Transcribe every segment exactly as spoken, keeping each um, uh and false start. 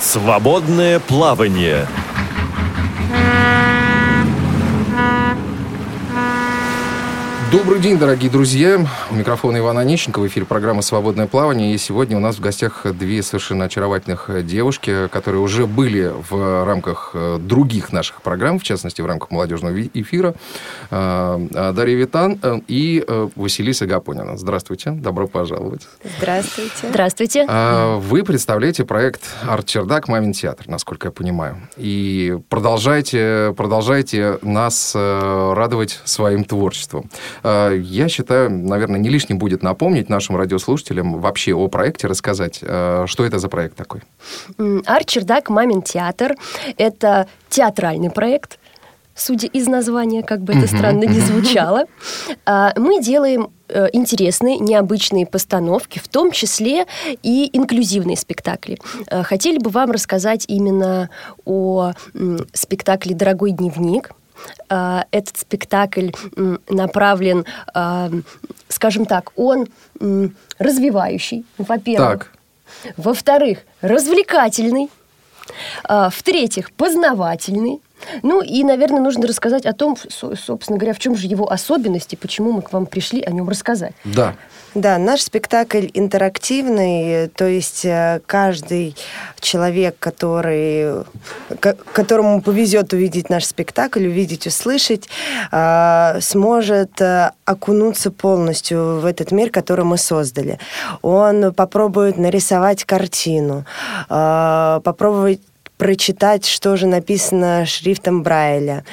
Свободное плавание. Добрый день, дорогие друзья. У микрофона Иван Онищенко. В эфире программа «Свободное плавание». И сегодня у нас в гостях две совершенно очаровательных девушки, которые уже были в рамках других наших программ, в частности, в рамках молодежного эфира. Дарья Витан и Василиса Гапонина. Здравствуйте. Добро пожаловать. Здравствуйте. Здравствуйте. Вы представляете проект «Арт-чердак. Мамин театр», насколько я понимаю. И продолжайте, продолжайте нас радовать своим творчеством. Я считаю, наверное, не лишним будет напомнить нашим радиослушателям вообще о проекте, рассказать, что это за проект такой. «Арт-чердак. Мамин театр» — это театральный проект, судя из названия, как бы это странно ни звучало. Мы делаем интересные, необычные постановки, в том числе и инклюзивные спектакли. Хотели бы вам рассказать именно о спектакле «Дорогой дневник». Этот спектакль направлен, скажем так, он развивающий, во-первых. Так. Во-вторых, развлекательный. В-третьих, познавательный. Ну и, наверное, нужно рассказать о том, собственно говоря, в чем же его особенности, почему мы к вам пришли о нем рассказать. Да. Да, наш спектакль интерактивный, то есть каждый человек, который, которому повезет увидеть наш спектакль, увидеть, услышать, сможет окунуться полностью в этот мир, который мы создали. Он попробует нарисовать картину, попробовать прочитать, что же написано шрифтом Брайля.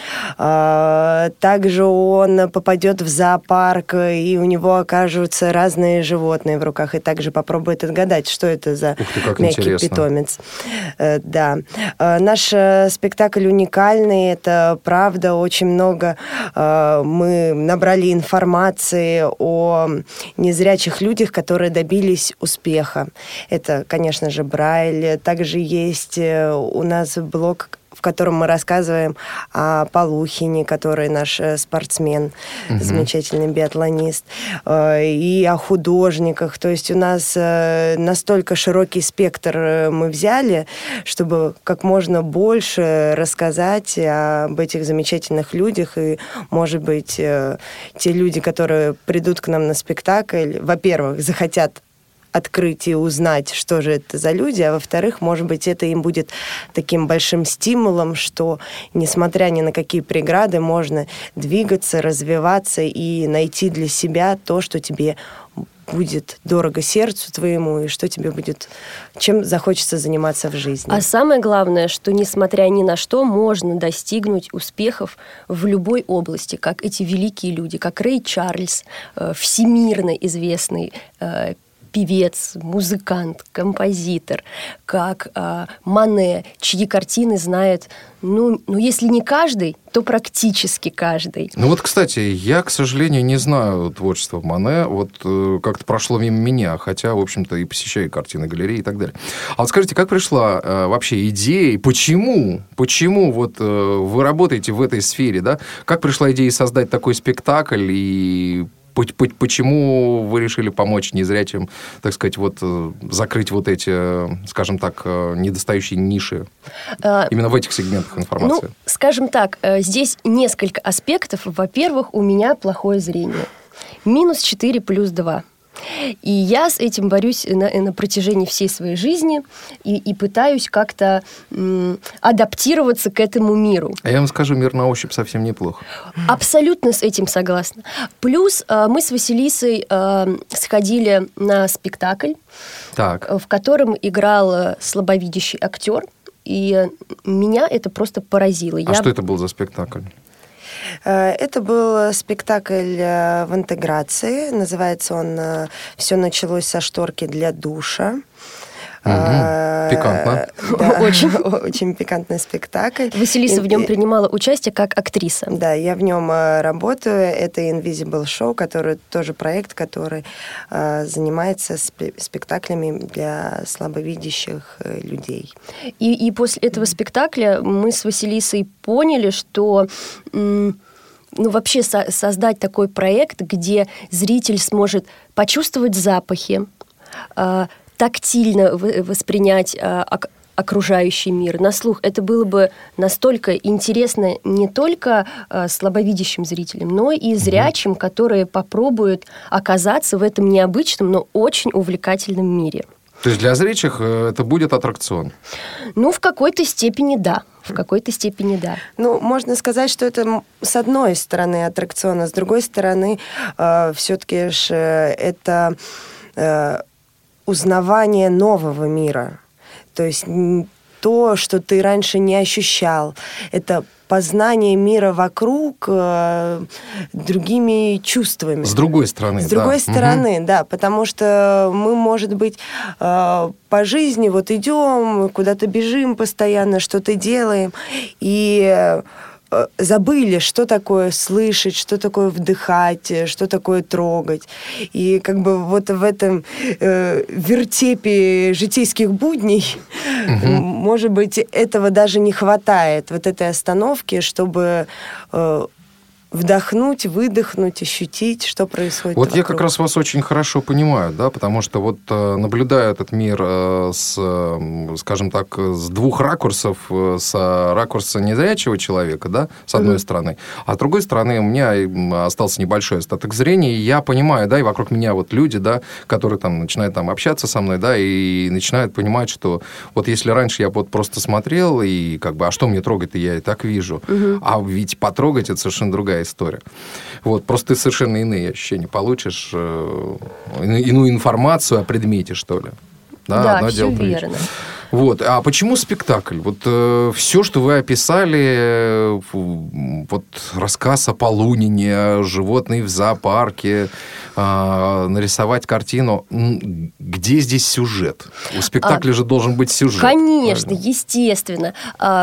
Также он попадет в зоопарк, и у него окажутся разные животные в руках, и также попробует отгадать, что это за ты, мягкий интересно. питомец. Да. Наш спектакль уникальный, это правда, очень много мы набрали информации о незрячих людях, которые добились успеха. Это, конечно же, Брайль. Также есть у нас блог, в котором мы рассказываем о Полухине, который наш спортсмен, угу. замечательный биатлонист, и о художниках. То есть у нас настолько широкий спектр мы взяли, чтобы как можно больше рассказать об этих замечательных людях. И, может быть, те люди, которые придут к нам на спектакль, во-первых, захотят открыть и узнать, что же это за люди, а во-вторых, может быть, это им будет таким большим стимулом, что, несмотря ни на какие преграды, можно двигаться, развиваться и найти для себя то, что тебе будет дорого сердцу твоему, и что тебе будет, чем захочется заниматься в жизни. А самое главное, что, несмотря ни на что, можно достигнуть успехов в любой области, как эти великие люди, как Рэй Чарльз, всемирно известный певец, музыкант, композитор, как э, Мане, чьи картины знает, ну, ну, если не каждый, то практически каждый. Ну вот, кстати, я, к сожалению, не знаю творчества Мане, вот э, как-то прошло мимо меня, хотя, в общем-то, и посещаю картины, галереи и так далее. А вот скажите, как пришла э, вообще идея, и почему, почему вот э, вы работаете в этой сфере, да? Как пришла идея создать такой спектакль, и почему вы решили помочь незрячим, так сказать, вот закрыть вот эти, скажем так, недостающие ниши а, именно в этих сегментах информации? Ну, скажем так, здесь несколько аспектов. Во-первых, у меня плохое зрение. Минус четыре плюс два. И я с этим борюсь на, на протяжении всей своей жизни и, и пытаюсь как-то м, адаптироваться к этому миру. А я вам скажу, мир на ощупь совсем неплохо. Абсолютно с этим согласна. Плюс э, мы с Василисой э, сходили на спектакль, так. в котором играл слабовидящий актер, и меня это просто поразило. А я... что это был за спектакль? Это был спектакль в интеграции. Называется он «Все началось со шторки для душа». Угу. Пикантно. Да, очень. Очень пикантный спектакль. Василиса в нем принимала участие как актриса. Да, я в нем работаю. Это Invisible Show, который тоже проект, который занимается спектаклями для слабовидящих людей. И, и после этого спектакля мы с Василисой поняли, что... М- Ну, вообще со- создать такой проект, где зритель сможет почувствовать запахи, э, тактильно в- воспринять э, ак- окружающий мир, на слух, это было бы настолько интересно не только э, слабовидящим зрителям, но и зрячим, которые попробуют оказаться в этом необычном, но очень увлекательном мире. То есть для зрячих это будет аттракцион? Ну, в какой-то степени да. В какой-то степени да. Ну, можно сказать, что это с одной стороны аттракцион, а с другой стороны э, все-таки же это э, узнавание нового мира. То есть то, что ты раньше не ощущал, это познание мира вокруг э, другими чувствами. С другой стороны, С другой да. стороны, угу. да, потому что мы, может быть, э, по жизни вот идем, куда-то бежим постоянно, что-то делаем, и э, забыли, что такое слышать, что такое вдыхать, что такое трогать. И как бы вот в этом э, вертепе житейских будней, угу. может быть, этого даже не хватает, вот этой остановки, чтобы э, вдохнуть, выдохнуть, ощутить, что происходит Вот вокруг. Я как раз вас очень хорошо понимаю, да, потому что вот наблюдая этот мир с, скажем так, с двух ракурсов, с ракурса незрячего человека, да, с одной mm-hmm. стороны, а с другой стороны у меня остался небольшой остаток зрения, и я понимаю, да, и вокруг меня вот люди, да, которые там начинают там общаться со мной, да, и начинают понимать, что вот если раньше я вот просто смотрел, и как бы, а что мне трогать-то, я и так вижу, mm-hmm. а ведь потрогать это совершенно другая история. Вот, просто ты совершенно иные ощущения получишь, э, иную информацию о предмете, что ли. Да, да одно все дело верно. Вот. А почему спектакль? Вот э, все, что вы описали, э, вот рассказ о Полунине, животные в зоопарке, э, нарисовать картину, где здесь сюжет? У спектакля а, же должен быть сюжет. Конечно, правильно? Естественно.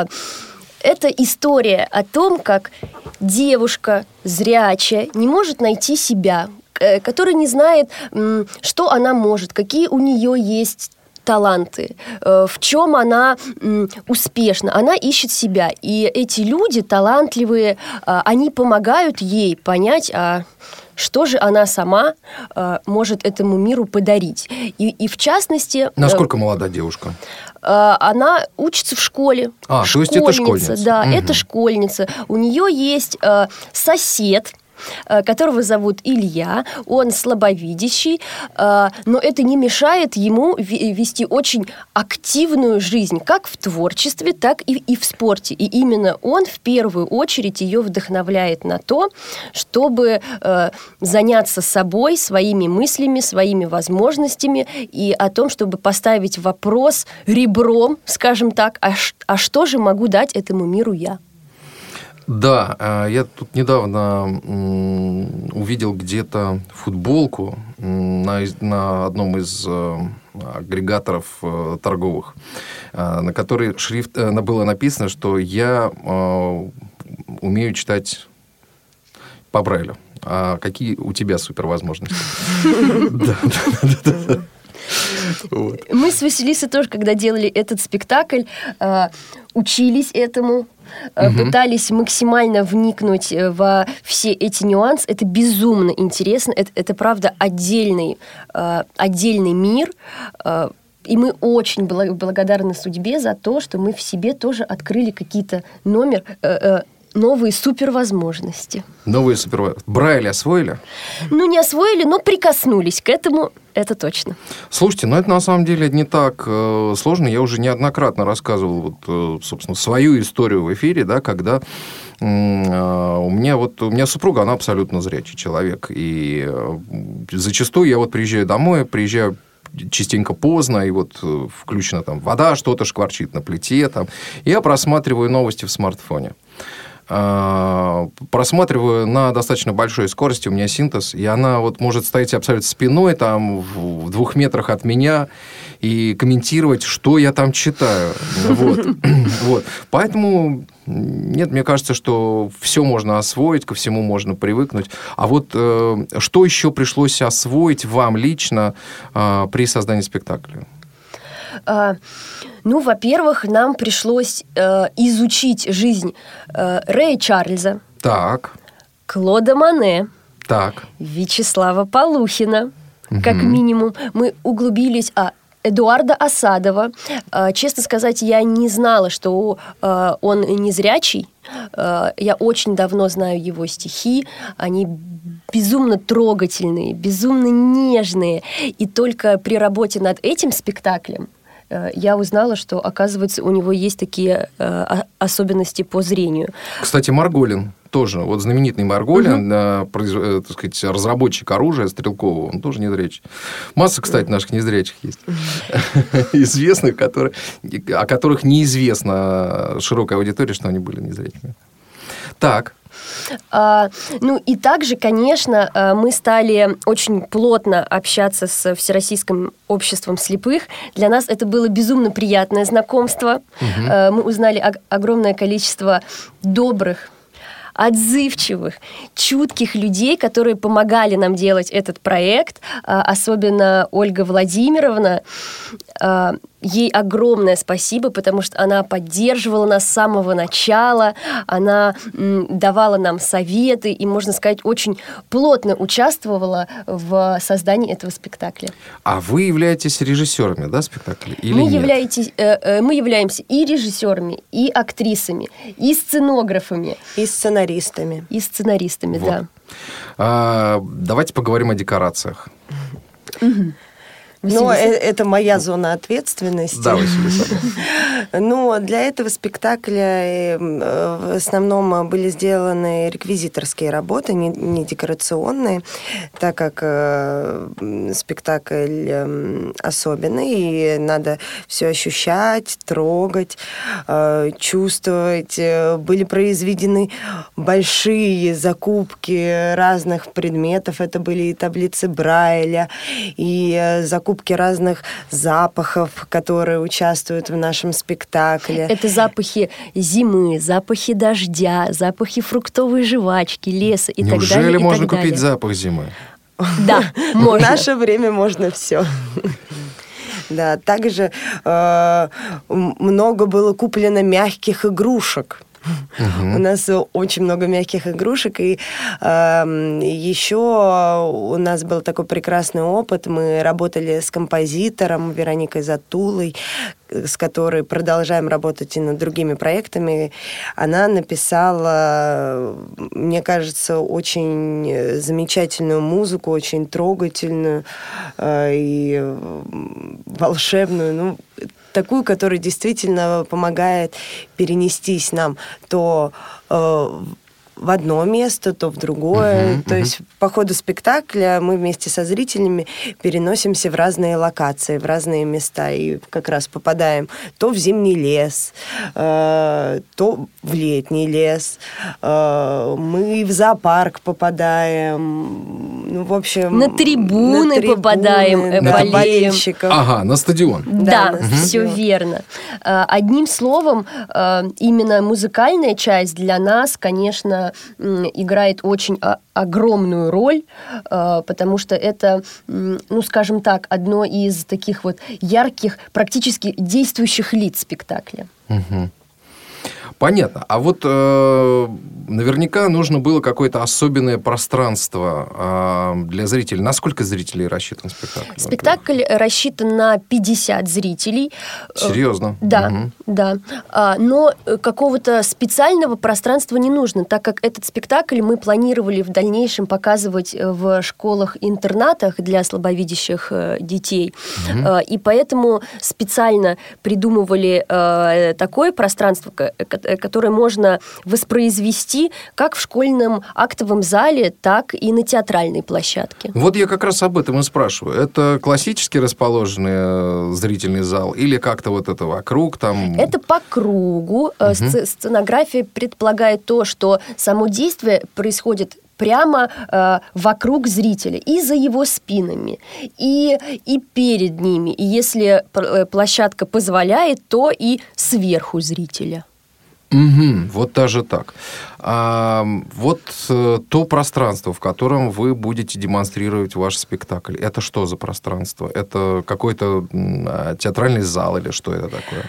Это история о том, как девушка зрячая не может найти себя, которая не знает, что она может, какие у нее есть таланты, в чем она успешна. Она ищет себя. И эти люди талантливые, они помогают ей понять, а что же она сама может этому миру подарить. И, и в частности... Насколько молода девушка? Она учится в школе. А, то есть это школьница. Да, угу. это школьница. У нее есть э, сосед, э, которого зовут Илья. Он слабовидящий, э, но это не мешает ему вести очень активную жизнь, как в творчестве, так и, и в спорте. И именно он в первую очередь ее вдохновляет на то, чтобы э, заняться собой, своими мыслями, своими возможностями и о том, чтобы поставить вопрос ребром, скажем так, а, а что же могу дать этому миру я? Да, я тут недавно увидел где-то футболку на, на одном из агрегаторов торговых, на которой шрифт, было написано, что я умею читать по Брайлю. А какие у тебя супервозможности? Мы с Василисой тоже, когда делали этот спектакль, учились этому, угу. пытались максимально вникнуть во все эти нюансы. Это безумно интересно. Это, это правда, отдельный, отдельный мир. И мы очень благодарны судьбе за то, что мы в себе тоже открыли какие-то номер... новые супервозможности. Новые супервозможности. Брайль освоили? Ну, не освоили, но прикоснулись к этому, это точно. Слушайте, ну это на самом деле не так э, сложно. Я уже неоднократно рассказывал, вот, э, собственно, свою историю в эфире, да, когда э, у меня вот у меня супруга, она абсолютно зрячий человек. И э, зачастую я вот приезжаю домой, приезжаю частенько поздно, и вот включена там вода, что-то шкварчит на плите. Там. Я просматриваю новости в смартфоне. Просматриваю на достаточно большой скорости, у меня синтез, и она вот может стоять абсолютно спиной там в двух метрах от меня и комментировать, что я там читаю. Вот. Вот. Поэтому нет, мне кажется, что все можно освоить, ко всему можно привыкнуть. А вот э, что еще пришлось освоить вам лично э, при создании спектакля? А, ну, во-первых, нам пришлось э, изучить жизнь э, Рэя Чарльза, так. Клода Моне, так. Вячеслава Полухина, угу. как минимум. Мы углубились, а Эдуарда Асадова. Честно сказать, я не знала, что он незрячий. Я очень давно знаю его стихи. Они безумно трогательные, безумно нежные. И только при работе над этим спектаклем я узнала, что, оказывается, у него есть такие особенности по зрению. Кстати, Марголин тоже, вот знаменитый Марголин, uh-huh. произ, э, так сказать, разработчик оружия стрелкового, он тоже незрячий. Масса, кстати, наших незрячих есть. Известных, которые, о которых неизвестно широкой аудитории, что они были незрячими. Так. А, ну и также, конечно, мы стали очень плотно общаться с Всероссийским обществом слепых. Для нас это было безумно приятное знакомство. Uh-huh. А, мы узнали о- огромное количество добрых, отзывчивых, чутких людей, которые помогали нам делать этот проект. Особенно Ольга Владимировна. Ей огромное спасибо, потому что она поддерживала нас с самого начала, она м, давала нам советы и, можно сказать, очень плотно участвовала в создании этого спектакля. А вы являетесь режиссерами, да, спектакля? Или мы, нет? являетесь, э, э, мы являемся и режиссерами, и актрисами, и сценографами. И сценаристами. И сценаристами, вот. да. А, давайте поговорим о декорациях. Угу. Ну, это моя зона ответственности. Да, Василиса. Ну, для этого спектакля в основном были сделаны реквизиторские работы, не, не декорационные, так как э, спектакль э, особенный, и надо все ощущать, трогать, э, чувствовать. Были произведены большие закупки разных предметов. Это были и таблицы Брайля, и закупки Закупки разных запахов, которые участвуют в нашем спектакле. Это запахи зимы, запахи дождя, запахи фруктовой жвачки, леса и Неужели так далее. Неужели можно так далее. купить запах зимы? Да, можно. В наше время можно все. Да, также э, много было куплено мягких игрушек. Uh-huh. У нас очень много мягких игрушек, и э, еще у нас был такой прекрасный опыт. Мы работали с композитором Вероникой Затулой, с которой продолжаем работать и над другими проектами. Она написала, мне кажется, очень замечательную музыку, очень трогательную э, и волшебную. Ну, такую, которая действительно помогает перенестись нам то э, в одно место, то в другое. Uh-huh, то uh-huh. есть по ходу спектакля мы вместе со зрителями переносимся в разные локации, в разные места, и как раз попадаем то в зимний лес, э, то в летний лес. Э, мы в зоопарк попадаем. Ну, в общем... На трибуны, на трибуны попадаем, на болеем. болельщиков. Ага, на стадион. Да, да uh-huh. все верно. Одним словом, именно музыкальная часть для нас, конечно, играет очень огромную роль, потому что это, ну, скажем так, одно из таких вот ярких, практически действующих лиц спектакля. Угу. Понятно. А вот э, наверняка нужно было какое-то особенное пространство э, для зрителей. На сколько зрителей рассчитан спектакль? Спектакль рассчитан на пятьдесят зрителей. Серьезно? Да, угу. да. А, но какого-то специального пространства не нужно, так как этот спектакль мы планировали в дальнейшем показывать в школах-интернатах для слабовидящих детей. Угу. А, и поэтому специально придумывали а, такое пространство, которое можно воспроизвести как в школьном актовом зале, так и на театральной площадке. Вот я как раз об этом и спрашиваю. Это классически расположенный зрительный зал или как-то вот это вокруг там? Это по кругу. Угу. Сценография предполагает то, что само действие происходит прямо э, вокруг зрителя, и за его спинами, и, и перед ними. И если площадка позволяет, то и сверху зрителя. Угу, вот даже так. А, вот э, то пространство, в котором вы будете демонстрировать ваш спектакль, это что за пространство? Это какой-то э, театральный зал или что это такое?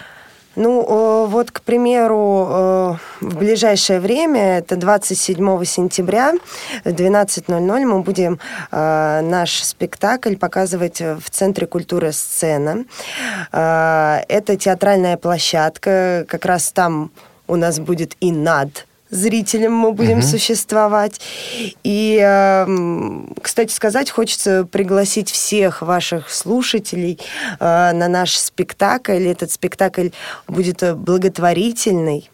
Ну, э, вот, к примеру, э, в ближайшее время, это двадцать седьмого сентября в двенадцать ноль ноль мы будем э, наш спектакль показывать в Центре культуры «Сцена». Э, это театральная площадка, как раз там у нас будет и над зрителям мы будем угу. существовать. И, э, кстати сказать, хочется пригласить всех ваших слушателей э, на наш спектакль. Этот спектакль будет благотворительный.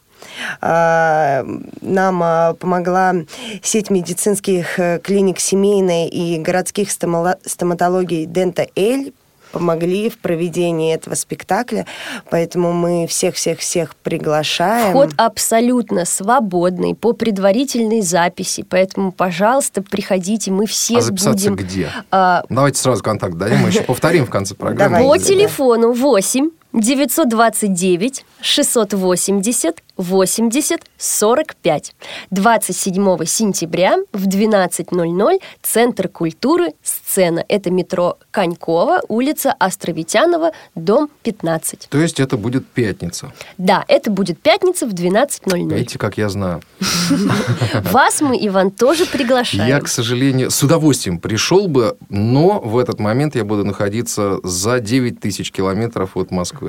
Э, нам э, помогла сеть медицинских клиник семейной и городских стомо- стоматологий «Дента-Эль», помогли в проведении этого спектакля, поэтому мы всех-всех-всех приглашаем. Вход абсолютно свободный, по предварительной записи, поэтому, пожалуйста, приходите, мы всех а записаться будем... где? А... Давайте сразу контакт дадим, мы еще повторим в конце программы. По телефону восемь девятьсот двадцать девять шестьсот восемьдесят восемьдесят сорок пять. двадцать седьмого сентября в двенадцать ноль ноль Центр культуры «Сцена». Это метро Конькова, улица Островитянова, дом пятнадцать. То есть это будет пятница? Да, это будет пятница в двенадцать ноль ноль. Видите, как я знаю. Вас мы, Иван, тоже приглашаем. Я, к сожалению, с удовольствием пришел бы, но в этот момент я буду находиться за девять тысяч километров от Москвы.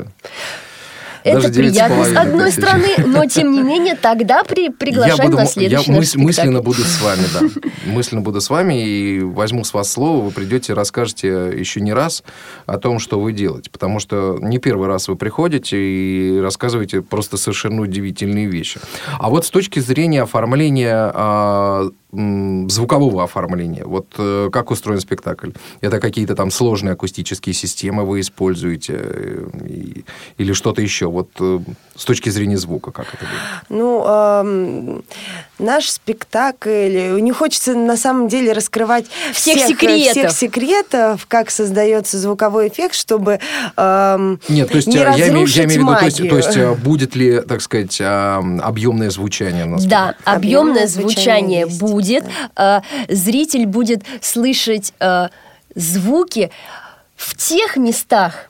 Это приятно с одной тысяч. стороны, но тем не менее тогда при, приглашаем я буду, на следующий я наш мыс- мысленно спектакль. буду с вами, да. Мысленно буду с вами и возьму с вас слово. Вы придете и расскажете еще не раз о том, что вы делаете. Потому что не первый раз вы приходите и рассказываете просто совершенно удивительные вещи. А вот с точки зрения оформления... А, звукового оформления. Вот э, как устроен спектакль? Это какие-то там сложные акустические системы вы используете э, и, или что-то еще? Вот э, с точки зрения звука, как это будет? Ну, э, наш спектакль... Не хочется на самом деле раскрывать всех, всех, секретов. всех секретов, как создается звуковой эффект, чтобы э, Нет, то есть, не я разрушить имею, я имею в виду, то есть, магию. то есть, будет ли, так сказать, объемное звучание? На да, объемное, объемное звучание есть, будет. Да. Зритель будет слышать звуки в тех местах,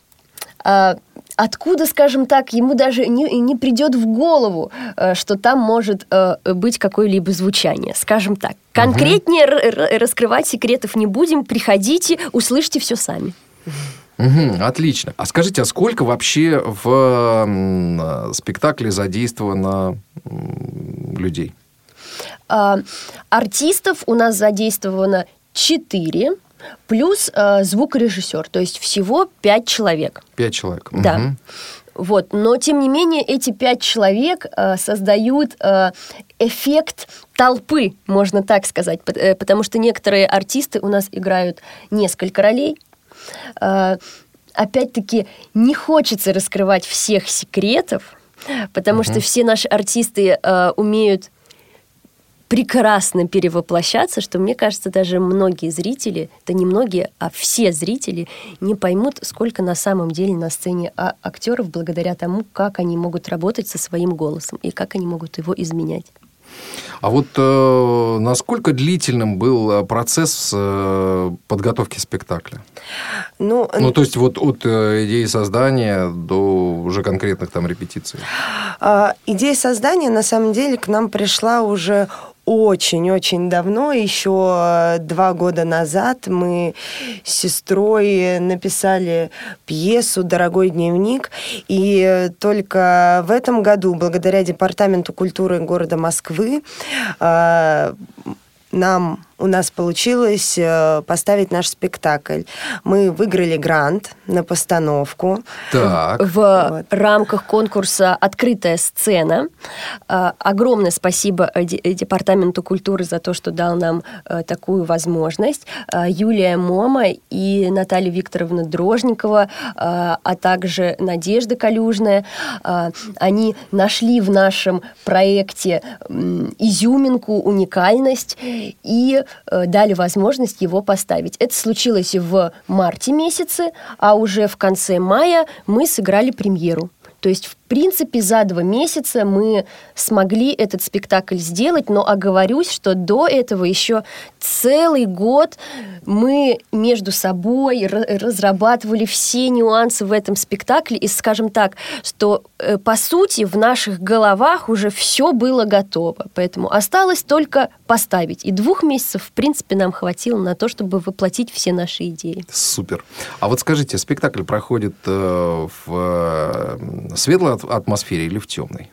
откуда, скажем так, ему даже не, не придет в голову, что там может быть какое-либо звучание. Скажем так. Конкретнее угу. р- раскрывать секретов не будем. Приходите, услышьте все сами. Угу, отлично. А скажите, а сколько вообще в м, спектакле задействовано м, людей? А, артистов у нас задействовано четыре, плюс а, звукорежиссер, то есть всего пять человек. Пять человек. Да. Угу. Вот. Но, тем не менее, эти пять человек а, создают а, эффект толпы, можно так сказать, потому что некоторые артисты у нас играют несколько ролей. А, опять-таки, не хочется раскрывать всех секретов, потому угу. что все наши артисты а, умеют прекрасно перевоплощаться, что, мне кажется, даже многие зрители, да не многие, а все зрители не поймут, сколько на самом деле на сцене а- актеров благодаря тому, как они могут работать со своим голосом и как они могут его изменять. А вот э, насколько длительным был процесс э, подготовки спектакля? Ну, ну, то есть вот от э, идеи создания до уже конкретных там репетиций. Э, идея создания, на самом деле, к нам пришла уже очень-очень давно, еще два года назад мы с сестрой написали пьесу «Дорогой дневник», и только в этом году, благодаря Департаменту культуры города Москвы, нам, у нас получилось поставить наш спектакль. Мы выиграли грант на постановку. Так. В вот. рамках конкурса «Открытая сцена». Огромное спасибо Департаменту культуры за то, что дал нам такую возможность. Юлия Мома и Наталья Викторовна Дрожникова, а также Надежда Калюжная, они нашли в нашем проекте изюминку, уникальность и э, дали возможность его поставить. Это случилось в марте месяце, а уже в конце мая мы сыграли премьеру. То есть принципе, за два месяца мы смогли этот спектакль сделать, но оговорюсь, что до этого еще целый год мы между собой разрабатывали все нюансы в этом спектакле, и, скажем так, что, по сути, в наших головах уже все было готово, поэтому осталось только поставить. И двух месяцев, в принципе, нам хватило на то, чтобы воплотить все наши идеи. Супер. А вот скажите, спектакль проходит э, в э, светлой атмосфере или в темной?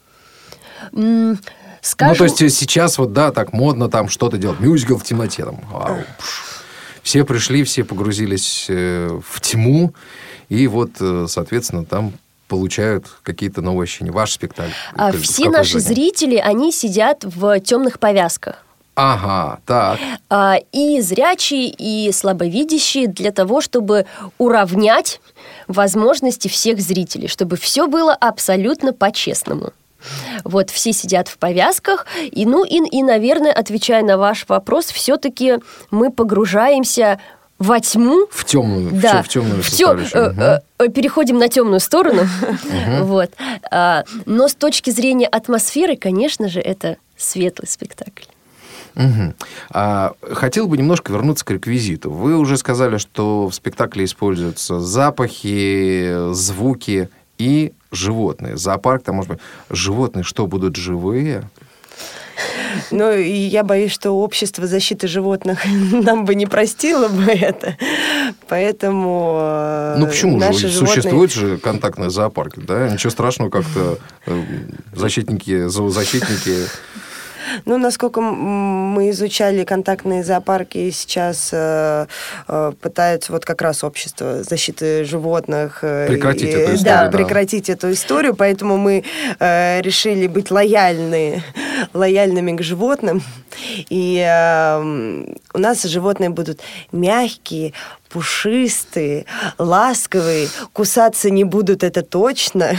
Mm, скажем... Ну, то есть сейчас вот, да, так модно там что-то делать. Мюзикл в темноте. Там, вау, все пришли, все погрузились э, в тьму, и вот, э, соответственно, там получают какие-то новые ощущения. Ваш спектакль. А все наши задание? Зрители, они сидят в темных повязках. Ага, так. А, и зрячие, и слабовидящие для того, чтобы уравнять возможности всех зрителей, чтобы все было абсолютно по-честному. Вот, все сидят в повязках, и, ну, и, и, наверное, отвечая на ваш вопрос, все-таки мы погружаемся во тьму. В темную, да, в темную в тем, э, э, переходим на темную сторону. Вот. А, но с точки зрения атмосферы, конечно же, это светлый спектакль. Угу. А, хотел бы немножко вернуться к реквизиту. Вы уже сказали, что в спектакле используются запахи, звуки и животные. Зоопарк, там, может быть, животные что, будут живые? Ну, я боюсь, что общество защиты животных нам бы не простило бы это. Поэтому ну, почему наши же? Животные... Существуют же контактные зоопарки, да? Ничего страшного, как-то защитники, зоозащитники... Ну, насколько мы изучали контактные зоопарки, сейчас э, э, пытаются вот как раз общество защиты животных... Э, прекратить и, эту историю. Да, да, прекратить эту историю, поэтому мы э, решили быть лояльны, лояльными к животным. И э, у нас животные будут мягкие, пушистые, ласковые, кусаться не будут, это точно.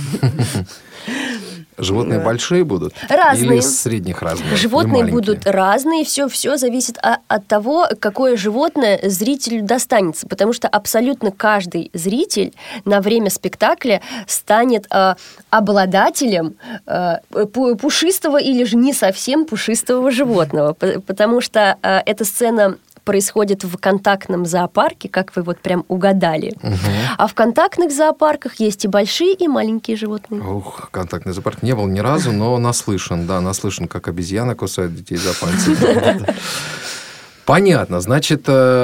Животные да. большие будут? Разные. Или средних размеров? Животные будут разные. Все, все зависит от, от того, какое животное зрителю достанется. Потому что абсолютно каждый зритель на время спектакля станет э, обладателем э, пушистого или же не совсем пушистого животного. Потому что э, эта сцена... происходит в контактном зоопарке, как вы вот прям угадали. Угу. А в контактных зоопарках есть и большие, и маленькие животные. Ух, контактный зоопарк не был ни разу, но наслышан, да, наслышан, как обезьяна кусает детей за пальцы. Понятно, значит,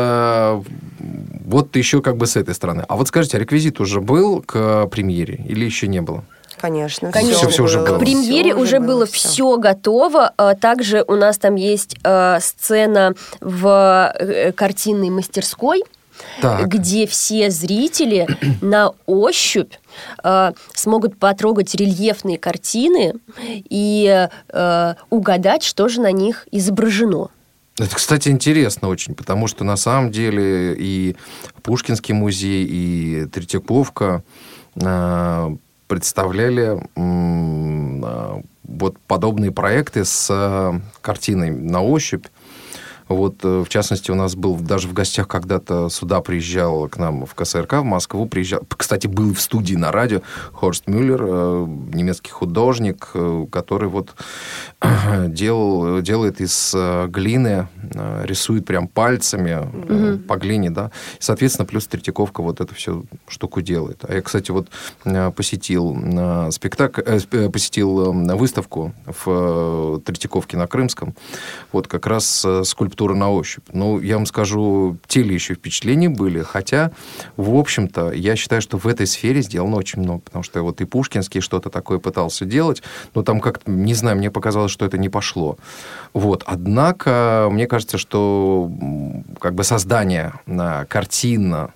вот еще как бы с этой стороны. А вот скажите, а реквизит уже был к премьере или еще не было? Конечно, Конечно. Все, все уже было. К премьере все уже было, было все. все готово. Также у нас там есть сцена в картинной мастерской, так. где все зрители на ощупь э, смогут потрогать рельефные картины и э, угадать, что же на них изображено. Это, кстати, интересно очень, потому что на самом деле и Пушкинский музей, и Третьяковка э, представляли э, вот подобные проекты с э, картиной на ощупь. Вот, в частности, у нас был даже в гостях когда-то сюда приезжал к нам в ка эс эр ка, в Москву приезжал. Кстати, был в студии на радио Хорст Мюллер, немецкий художник, который вот делал, делает из глины, рисует прям пальцами mm-hmm. по глине, да. И, соответственно, плюс Третьяковка вот эту всю штуку делает. А я, кстати, вот посетил спектакль, посетил выставку в Третьяковке на Крымском. Вот как раз скульптура на ощупь. Ну, я вам скажу, те ли еще впечатления были, хотя, в общем-то, я считаю, что в этой сфере сделано очень много, потому что вот и Пушкинский что-то такое пытался делать, но там как-то, не знаю, мне показалось, что это не пошло. Вот. Однако, мне кажется, что как бы создание картин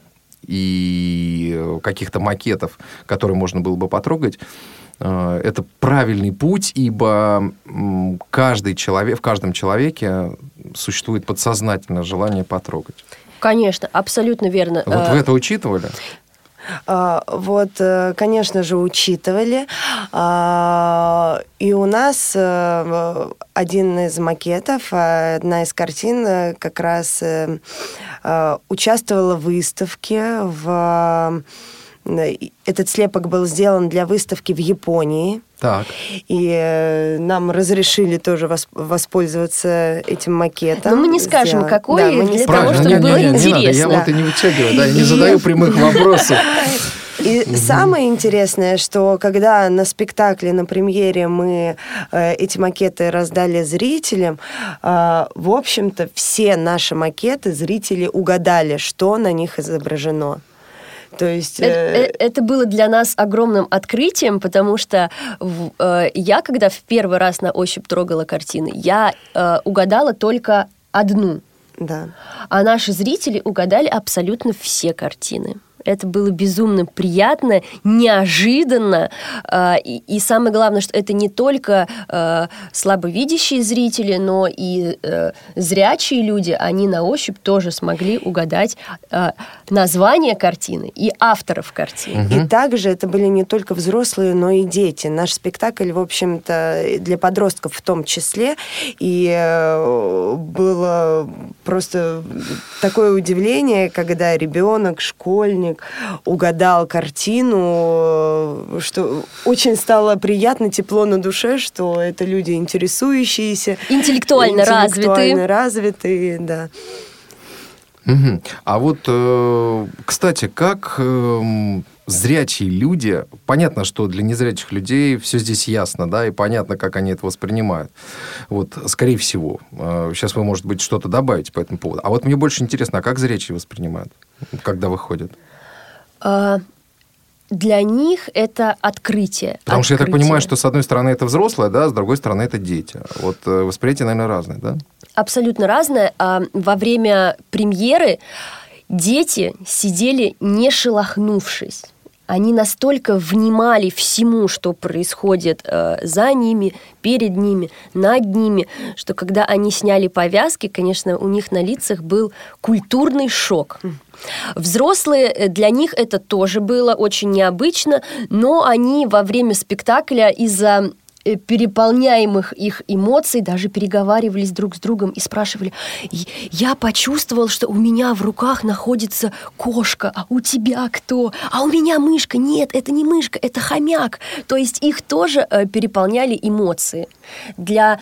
и каких-то макетов, которые можно было бы потрогать, это правильный путь, ибо каждый человек, в каждом человеке существует подсознательное желание потрогать. Конечно, абсолютно верно. Вот вы это учитывали? Вот, конечно же, учитывали. И у нас один из макетов, одна из картин как раз участвовала в выставке в этот слепок был сделан для выставки в Японии. Так. И э, нам разрешили тоже восп- воспользоваться этим макетом. Но мы не скажем, сделать. какой, Да, мы не для скажем. того, чтобы не, было не, не, не надо, я интересно. вот и не вытягиваю, да, я не задаю прямых вопросов. И самое интересное, что когда на спектакле, на премьере мы э, эти макеты раздали зрителям, э, в общем-то, все наши макеты зрители угадали, что на них изображено. То есть... Э- э- Это было для нас огромным открытием, потому что в- э, я, когда в первый раз на ощупь трогала картины, я э, угадала только одну, Да. а наши зрители угадали абсолютно все картины. Это было безумно приятно, неожиданно. э, И, и самое главное, что это не только э, слабовидящие зрители, но и э, зрячие люди, они на ощупь тоже смогли угадать э, название картины и авторов картины. И также это были не только взрослые, но и дети. Наш спектакль, в общем-то, для подростков в том числе. И э, было просто такое удивление, когда ребенок, школьник угадал картину, что очень стало приятно, тепло на душе, что это люди интересующиеся. Интеллектуально развитые. Интеллектуально развитые, да. Мгм. А вот, э, кстати, как э, зрячие люди, понятно, что для незрячих людей все здесь ясно, да, и понятно, как они это воспринимают. Вот, скорее всего. Э, сейчас вы, может быть, что-то добавите по этому поводу. А вот мне больше интересно, а как зрячие воспринимают, когда выходят? А, Для них это открытие. Потому что я так Открытие. понимаю, что с одной стороны это взрослые, да, с другой стороны это дети. Вот э, восприятие, наверное, разное, да? Абсолютно разное. А во время премьеры дети сидели не шелохнувшись. Они настолько внимали всему, что происходит э, за ними, перед ними, над ними, что когда они сняли повязки, конечно, у них на лицах был культурный шок. Взрослые, для них это тоже было очень необычно, но они во время спектакля из-за переполняемых их эмоций даже переговаривались друг с другом и спрашивали: я почувствовал, что у меня в руках находится кошка, а у тебя кто? А у меня мышка. Нет, это не мышка, это хомяк. То есть их тоже переполняли эмоции. Для,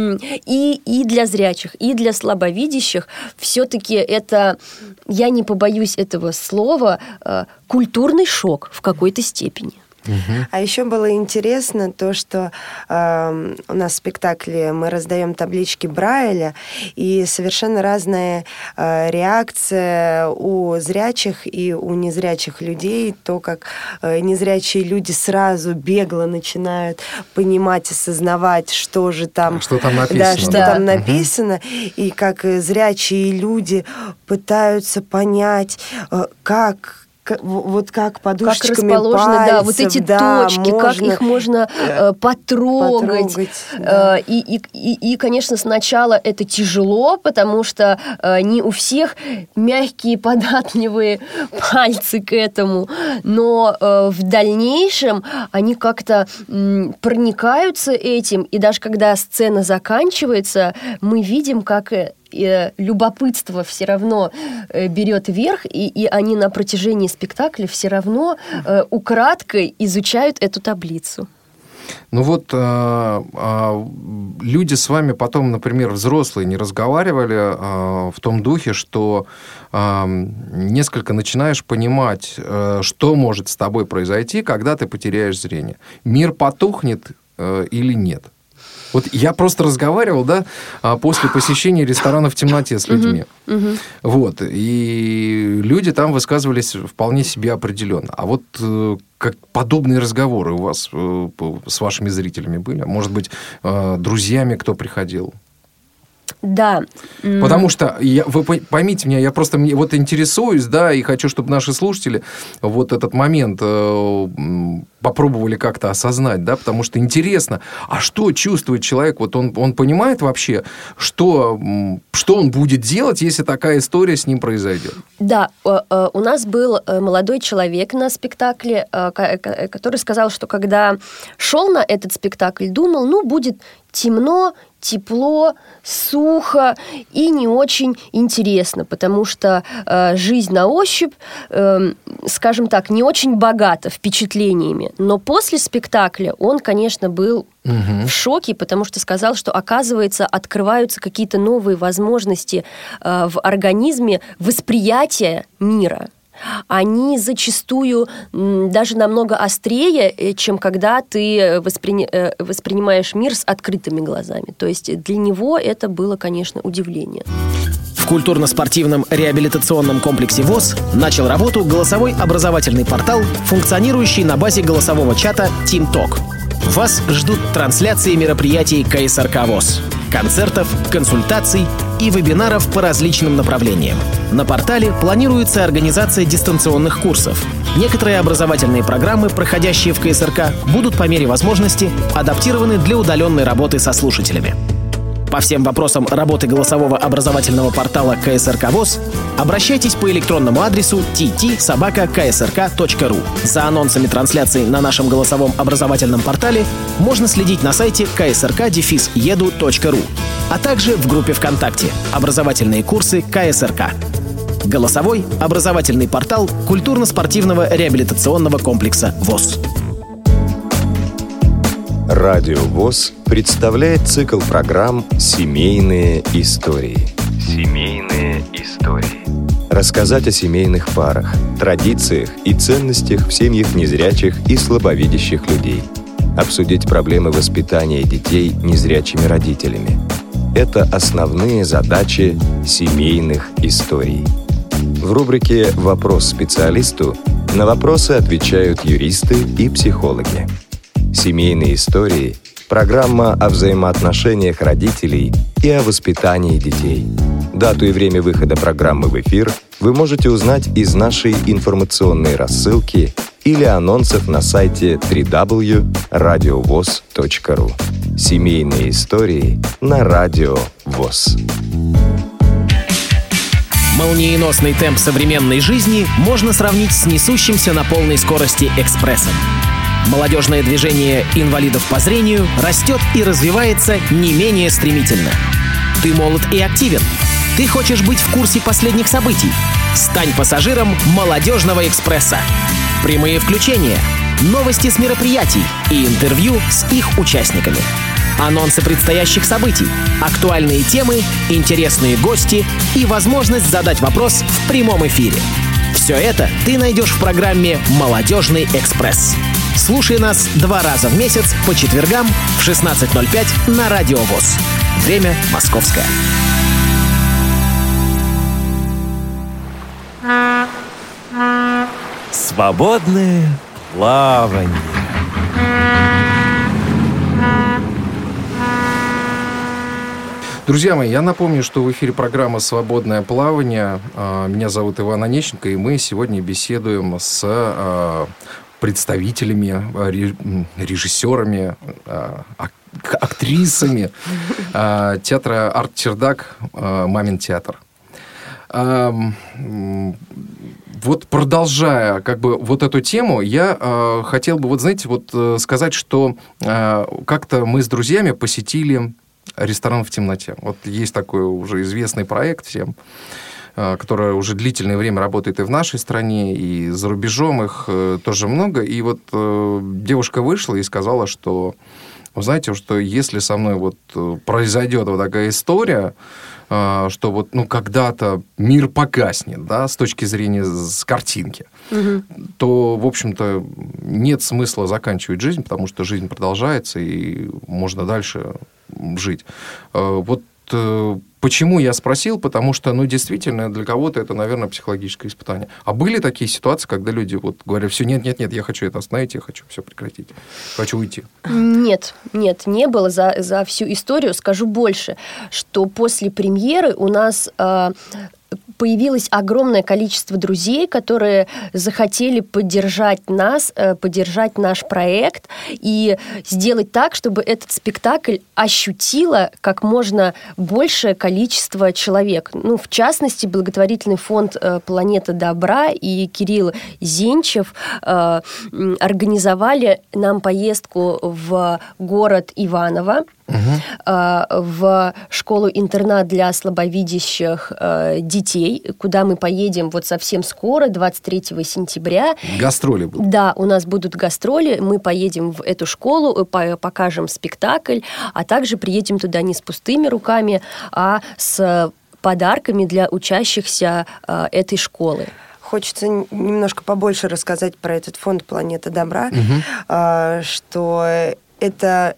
и, и для зрячих, и для слабовидящих все-таки это, я не побоюсь этого слова, культурный шок в какой-то степени. Uh-huh. А еще было интересно то, что э, у нас в спектакле мы раздаем таблички Брайля, и совершенно разная э, реакция у зрячих и у незрячих людей. То, как э, незрячие люди сразу бегло начинают понимать, осознавать, что же там, что там написано. Да, что да. там написано, uh-huh. и как зрячие люди пытаются понять, э, как вот как подушечками как расположены, пальцев, да, вот эти да, точки, можно, как их можно э, потрогать. потрогать да. э, и, и, и, и, конечно, сначала это тяжело, потому что э, не у всех мягкие, податливые пальцы к этому, но э, в дальнейшем они как-то м, проникаются этим, и даже когда сцена заканчивается, мы видим, как и любопытство все равно э, берет верх, и, и они на протяжении спектакля все равно э, украдкой изучают эту таблицу. Ну вот э, э, люди с вами потом, например, взрослые, не разговаривали э, в том духе, что э, несколько начинаешь понимать, э, что может с тобой произойти, когда ты потеряешь зрение. Мир потухнет э, или нет? Вот я просто разговаривал, да, после посещения ресторана в темноте с людьми. Uh-huh, uh-huh. Вот. И люди там высказывались вполне себе определенно. А вот как подобные разговоры у вас с вашими зрителями были? Может быть, друзьями кто приходил? Да. Потому что, я, вы поймите меня, я просто вот интересуюсь, да, и хочу, чтобы наши слушатели вот этот момент э, попробовали как-то осознать, да, потому что интересно, а что чувствует человек, вот он, он понимает вообще, что, что он будет делать, если такая история с ним произойдет? Да, у нас был молодой человек на спектакле, который сказал, что когда шел на этот спектакль, думал, ну, будет темно, тепло, сухо и не очень интересно, потому что э, жизнь на ощупь, э, скажем так, не очень богата впечатлениями. Но после спектакля он, конечно, был угу. в шоке, потому что сказал, что, оказывается, открываются какие-то новые возможности э, в организме восприятия мира. Они зачастую даже намного острее, чем когда ты воспри... воспринимаешь мир с открытыми глазами. То есть для него это было, конечно, удивление. В культурно-спортивном реабилитационном комплексе ВОС начал работу голосовой образовательный портал, функционирующий на базе голосового чата TeamTalk. Вас ждут трансляции мероприятий ка эс эр ка ВОС, концертов, консультаций и вебинаров по различным направлениям. На портале планируется организация дистанционных курсов. Некоторые образовательные программы, проходящие в ка эс эр ка, будут по мере возможности адаптированы для удаленной работы со слушателями. По всем вопросам работы голосового образовательного портала ка эс эр ка ВОС обращайтесь по электронному адресу ти ти собака ка эс эр ка точка ру. За анонсами трансляций на нашем голосовом образовательном портале можно следить на сайте ка эс эр ка еду точка ру, а также в группе ВКонтакте «Образовательные курсы ка эс эр ка». Голосовой образовательный портал культурно-спортивного реабилитационного комплекса ВОС. Радио ВОС представляет цикл программ «Семейные истории». Семейные истории. Рассказать о семейных парах, традициях и ценностях в семьях незрячих и слабовидящих людей. Обсудить проблемы воспитания детей незрячими родителями. Это основные задачи семейных историй. В рубрике «Вопрос специалисту» на вопросы отвечают юристы и психологи. «Семейные истории» – программа о взаимоотношениях родителей и о воспитании детей. Дату и время выхода программы в эфир вы можете узнать из нашей информационной рассылки или анонсов на сайте дабл ю дабл ю дабл ю точка радиовос точка ру. «Семейные истории» на Радио ВОС. Молниеносный темп современной жизни можно сравнить с несущимся на полной скорости экспрессом. Молодежное движение инвалидов по зрению растет и развивается не менее стремительно. Ты молод и активен. Ты хочешь быть в курсе последних событий. Стань пассажиром «Молодежного экспресса». Прямые включения, новости с мероприятий и интервью с их участниками. Анонсы предстоящих событий, актуальные темы, интересные гости и возможность задать вопрос в прямом эфире. Все это ты найдешь в программе «Молодежный экспресс». Слушай нас два раза в месяц по четвергам в шестнадцать ноль пять на Радио ВОС. Время московское. Свободное плавание. Друзья мои, я напомню, что в эфире программа «Свободное плавание». Меня зовут Иван Онищенко, и мы сегодня беседуем с представителями, режиссерами, актрисами театра «Арт-Чердак», «Мамин театр». Вот продолжая как бы вот эту тему, я э, хотел бы, вот знаете, вот э, сказать, что э, как-то мы с друзьями посетили ресторан в темноте. Вот есть такой уже известный проект всем, э, который уже длительное время работает и в нашей стране, и за рубежом их э, тоже много. И вот э, девушка вышла и сказала, что, вы знаете, что если со мной вот произойдет вот такая история, что вот, ну, когда-то мир погаснет, да, с точки зрения с картинки, угу. то, в общем-то, нет смысла заканчивать жизнь, потому что жизнь продолжается, и можно дальше жить. Вот почему я спросил, потому что, ну, действительно, для кого-то это, наверное, психологическое испытание. А были такие ситуации, когда люди вот говорят, все, нет-нет-нет, я хочу это остановить, я хочу все прекратить, хочу уйти? Нет, нет, не было за, за всю историю. Скажу больше, что после премьеры у нас... Э, появилось огромное количество друзей, которые захотели поддержать нас, поддержать наш проект и сделать так, чтобы этот спектакль ощутило как можно большее количество человек. Ну, в частности, благотворительный фонд «Планета добра» и Кирилл Зенчев организовали нам поездку в город Иваново, угу. в школу-интернат для слабовидящих детей, куда мы поедем вот совсем скоро, двадцать третьего сентября. Гастроли будут? Да, у нас будут гастроли, мы поедем в эту школу, покажем спектакль, а также приедем туда не с пустыми руками, а с подарками для учащихся этой школы. Хочется немножко побольше рассказать про этот фонд «Планета добра», угу. что это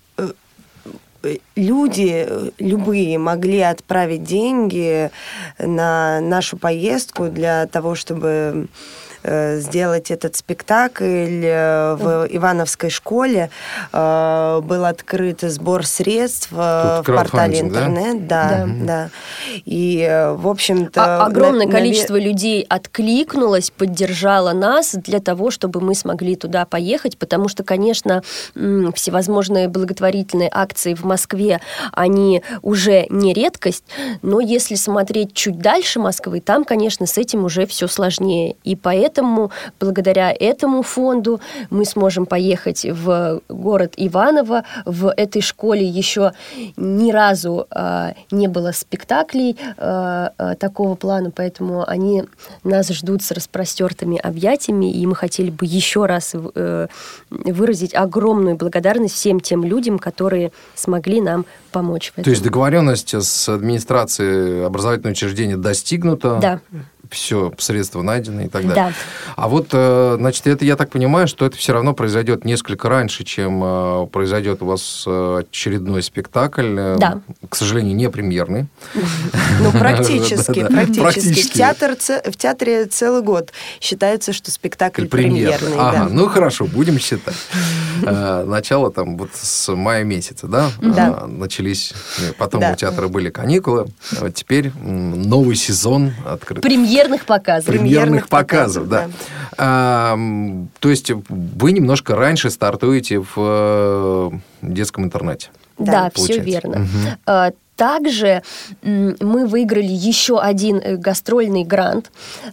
люди, любые, могли отправить деньги на нашу поездку для того, чтобы сделать этот спектакль. В Ивановской школе был открыт сбор средств Тут в портале интернет. Да, да, да. да. И, в общем-то... А, огромное на, количество наве... людей откликнулось, поддержало нас для того, чтобы мы смогли туда поехать, потому что, конечно, всевозможные благотворительные акции в Москве, они уже не редкость, но если смотреть чуть дальше Москвы, там, конечно, с этим уже все сложнее. И поэтому Поэтому, благодаря этому фонду мы сможем поехать в город Иваново. В этой школе еще ни разу э, не было спектаклей э, э, такого плана, поэтому они нас ждут с распростертыми объятиями, и мы хотели бы еще раз э, выразить огромную благодарность всем тем людям, которые смогли нам помочь в этом. То есть договоренность с администрацией образовательного учреждения достигнута? Да. Все, средства найдены и так далее. Да. А вот, значит, это я так понимаю, что это все равно произойдет несколько раньше, чем произойдет у вас очередной спектакль. Да. К сожалению, не премьерный. Ну, практически, практически. В театре целый год считается, что спектакль премьерный. Ага, ну хорошо, будем считать. Начало там вот с мая месяца, да? Да. Начались, потом у театра были каникулы, вот теперь новый сезон открыт. Премьерных показов. Премьерных показов, да. да. А, то есть вы немножко раньше стартуете в детском интернате. Да, все верно. Угу. Также мы выиграли еще один гастрольный грант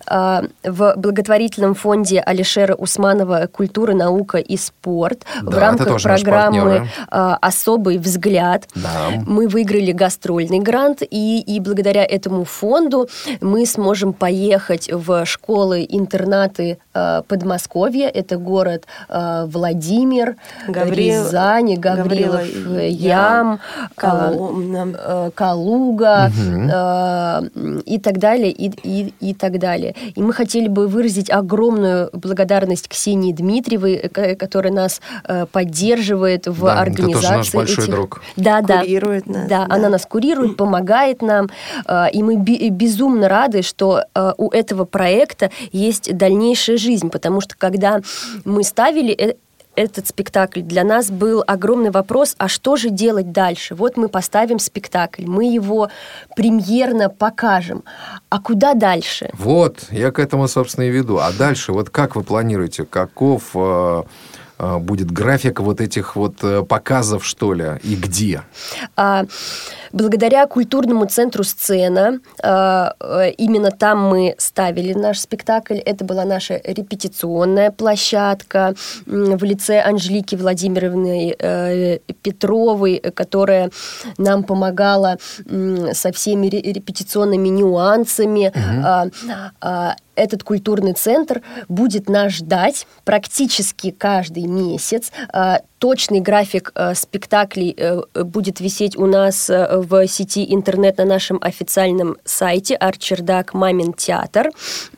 в благотворительном фонде Алишера Усманова «Культура, наука и спорт» да, в рамках программы «Особый взгляд». Да. Мы выиграли гастрольный грант, и, и благодаря этому фонду мы сможем поехать в школы-интернаты Подмосковья. Это город Владимир, Гаврил... Рязань, Гаврилов, Гаврилов Ям, Ям Калуга угу. э, и так далее, и, и, и так далее. И мы хотели бы выразить огромную благодарность Ксении Дмитриевой, которая нас э, поддерживает в да, организации. Это тоже наш большой этих... друг. Да, курирует да, нас. Да, да, она нас курирует, помогает нам, э, и мы би- безумно рады, что э, у этого проекта есть дальнейшая жизнь, потому что когда мы ставили э, этот спектакль, для нас был огромный вопрос, а что же делать дальше? Вот мы поставим спектакль, мы его премьерно покажем. А куда дальше? Вот, я к этому, собственно, и веду. А дальше, вот как вы планируете, каков э, э, будет график вот этих вот показов, что ли, и где? А, благодаря культурному центру «Сцена», именно там мы ставили наш спектакль. Это была наша репетиционная площадка в лице Анжелики Владимировны Петровой, которая нам помогала со всеми репетиционными нюансами. Угу. Этот культурный центр будет нас ждать практически каждый месяц. Точный график спектаклей будет висеть у нас в сети интернет на нашем официальном сайте «Арчердак Мамин театр».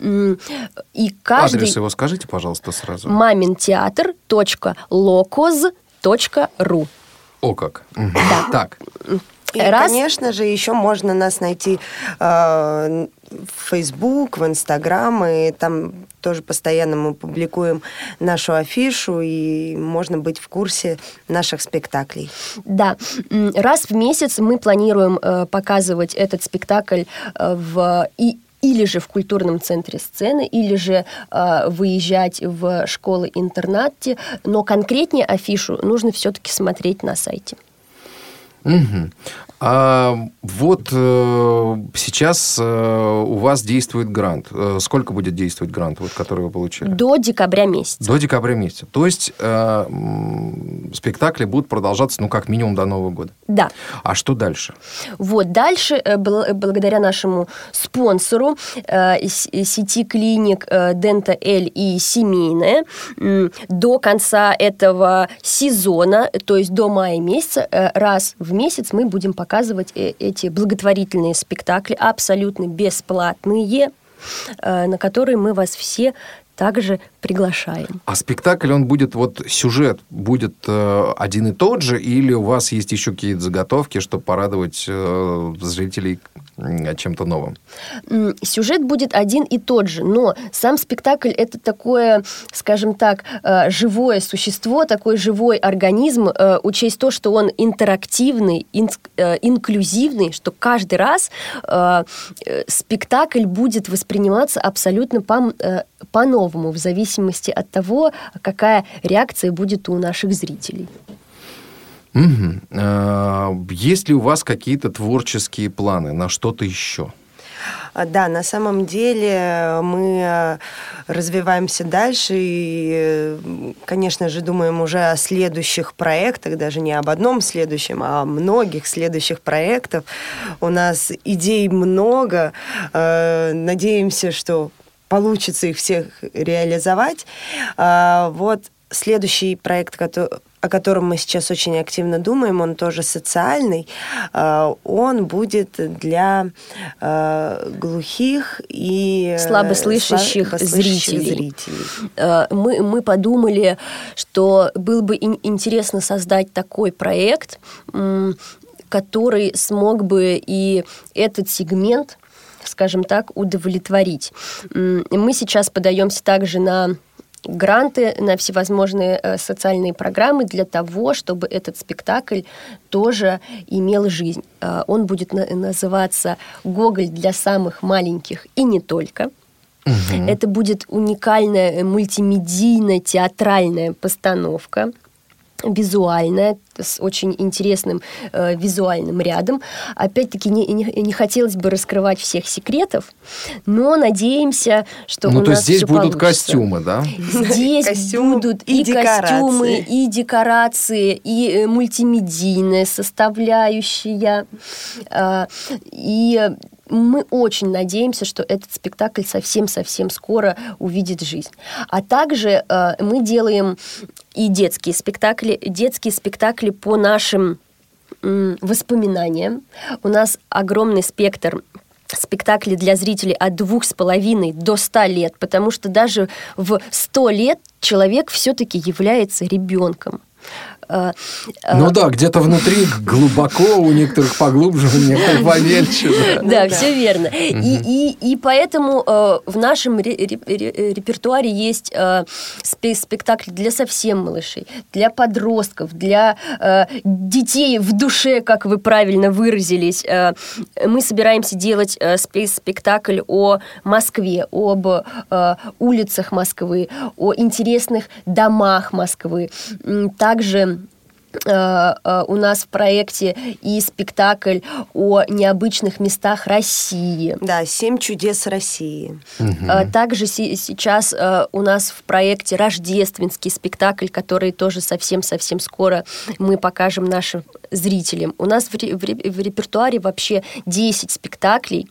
И каждый... Адрес его скажите, пожалуйста, сразу. маминтеатр точка локоз точка ру. О как. Да. Так. И, Раз. конечно же, еще можно нас найти э, в Facebook, в Instagram, и там тоже постоянно мы публикуем нашу афишу, и можно быть в курсе наших спектаклей. Да. Раз в месяц мы планируем э, показывать этот спектакль э, в... И или же в культурном центре «Сцены», или же э, выезжать в школы-интернаты, но конкретнее афишу нужно все-таки смотреть на сайте. Угу. А вот э, сейчас э, у вас действует грант. Э, сколько будет действовать грант, вот, который вы получили? До декабря месяца. До декабря месяца. То есть э, спектакли будут продолжаться, ну, как минимум до Нового года. Да. А что дальше? Вот, дальше, э, бл- благодаря нашему спонсору, э, сети клиник э, Дента Эль и Семейная, э, до конца этого сезона, то есть до мая месяца, э, раз в месяц мы будем показывать показывать эти благотворительные спектакли, абсолютно бесплатные, на которые мы вас все также приглашаем. А спектакль, он будет, вот сюжет будет э, один и тот же, или у вас есть еще какие-то заготовки, чтобы порадовать э, зрителей э, чем-то новым? Сюжет будет один и тот же, но сам спектакль — это такое, скажем так, э, живое существо, такой живой организм, э, учесть то, что он интерактивный, ин, э, инклюзивный, что каждый раз э, э, спектакль будет восприниматься абсолютно по, э, по-новому, в зависимости от того, какая реакция будет у наших зрителей. Угу. Есть ли у вас какие-то творческие планы на что-то еще? Да, на самом деле мы развиваемся дальше и, конечно же, думаем уже о следующих проектах, даже не об одном следующем, а о многих следующих проектах. У нас идей много, надеемся, что получится их всех реализовать. Вот следующий проект, о котором мы сейчас очень активно думаем, он тоже социальный. Он будет для глухих и слабослышащих, слабослышащих зрителей. зрителей. Мы, мы подумали, что было бы интересно создать такой проект, который смог бы и этот сегмент, скажем так, удовлетворить. Мы сейчас подаемся также на гранты, на всевозможные социальные программы для того, чтобы этот спектакль тоже имел жизнь. Он будет называться «Гоголь для самых маленьких и не только». Угу. Это будет уникальная мультимедийная театральная постановка, визуальная, с очень интересным э, визуальным рядом. Опять-таки, не, не, не хотелось бы раскрывать всех секретов, но надеемся, что ну, у то нас здесь все будут получится. Костюмы, да? Здесь Костюм будут и и костюмы, декорации. и декорации, и мультимедийная составляющая. Э, и мы очень надеемся, что этот спектакль совсем-совсем скоро увидит жизнь. А также э, мы делаем и детские спектакли, детские спектакли по нашим м, воспоминаниям. У нас огромный спектр спектаклей для зрителей от двух с половиной до ста лет, потому что даже в сто лет человек все-таки является ребенком. Ну да, где-то внутри глубоко, у некоторых поглубже, у некоторых помельче. Да, все верно. И поэтому в нашем репертуаре есть спектакли для совсем малышей, для подростков, для детей в душе, как вы правильно выразились. Мы собираемся делать спектакль о Москве, об улицах Москвы, о интересных домах Москвы. Также у нас в проекте и спектакль о необычных местах России. Да, «Семь чудес России». Угу. Также сейчас у нас в проекте рождественский спектакль, который тоже совсем-совсем скоро мы покажем нашим зрителям. У нас в, ре- в, ре- в репертуаре вообще десять спектаклей.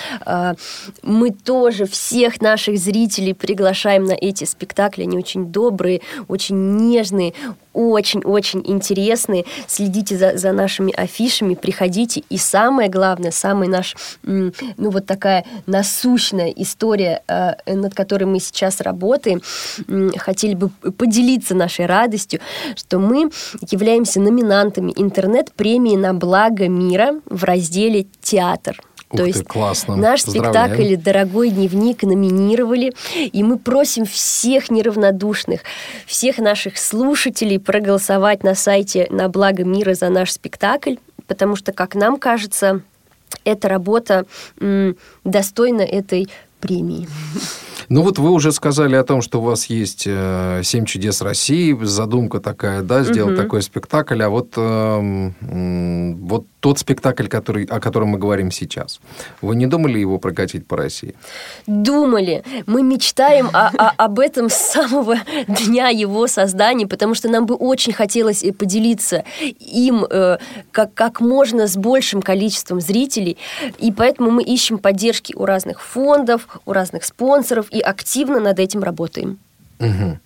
Мы тоже всех наших зрителей приглашаем на эти спектакли. Они очень добрые, очень нежные, очень-очень интересные. Следите за, за нашими афишами, приходите. И самое главное, самая наша, ну, вот такая насущная история, над которой мы сейчас работаем, хотели бы поделиться нашей радостью, что мы являемся номинантами интернет-премии на благо мира в разделе «Театр». Ух То ты, есть классно. Наш спектакль «Дорогой дневник» номинировали, и мы просим всех неравнодушных, всех наших слушателей проголосовать на сайте «На благо мира» за наш спектакль, потому что, как нам кажется, эта работа м, достойна этой премии. Ну вот вы уже сказали о том, что у вас есть э, «Семь чудес России», задумка такая, да, сделать угу. такой спектакль, а вот, э, э, вот тот спектакль, который, о котором мы говорим сейчас, вы не думали его прокатить по России? Думали. Мы мечтаем о, о, об этом с самого дня его создания, потому что нам бы очень хотелось поделиться им э, как, как можно с большим количеством зрителей, и поэтому мы ищем поддержки у разных фондов, у разных спонсоров и активно над этим работаем. Угу.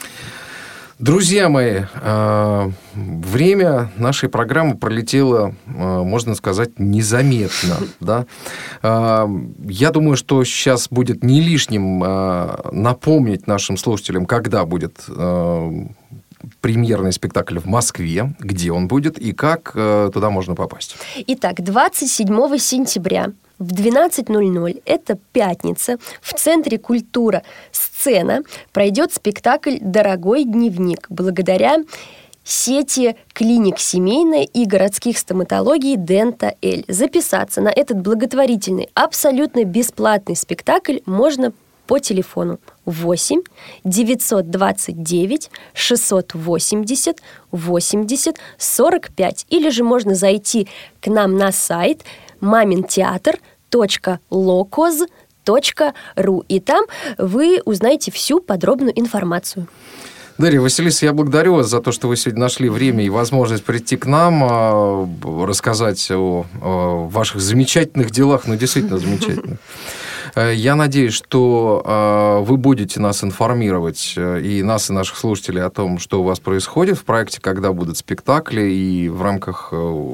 Друзья мои, время нашей программы пролетело, можно сказать, незаметно. Да? Я думаю, что сейчас будет не лишним напомнить нашим слушателям, когда будет премьерный спектакль в Москве, где он будет и как туда можно попасть. Итак, двадцать седьмого сентября в двенадцать ноль ноль, это пятница, в Центре культура «Сцена» пройдет спектакль «Дорогой дневник» благодаря сети клиник семейной и городских стоматологий «Дента-Эль». Записаться на этот благотворительный, абсолютно бесплатный спектакль можно по телефону восемь девятьсот двадцать девять шестьсот восемьдесят восемьдесят сорок пять, или же можно зайти к нам на сайт маминтеатр точка локоз точка ру, и там вы узнаете всю подробную информацию. Дарья, Василиса, я благодарю вас за то, что вы сегодня нашли время и возможность прийти к нам, рассказать о, о ваших замечательных делах, ну, действительно замечательных. Я надеюсь, что вы будете нас информировать, и нас, и наших слушателей, о том, что у вас происходит в проекте, когда будут спектакли, и в рамках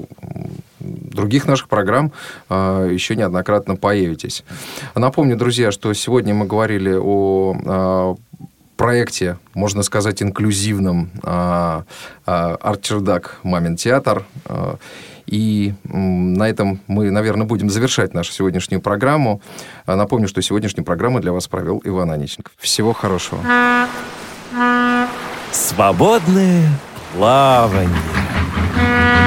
других наших программ еще неоднократно появитесь. Напомню, друзья, что сегодня мы говорили о проекте, можно сказать, инклюзивном «Артчердак Мамин театр». И на этом мы, наверное, будем завершать нашу сегодняшнюю программу. Напомню, что сегодняшнюю программу для вас провел Иван Онищенков. Всего хорошего. Свободное плавание.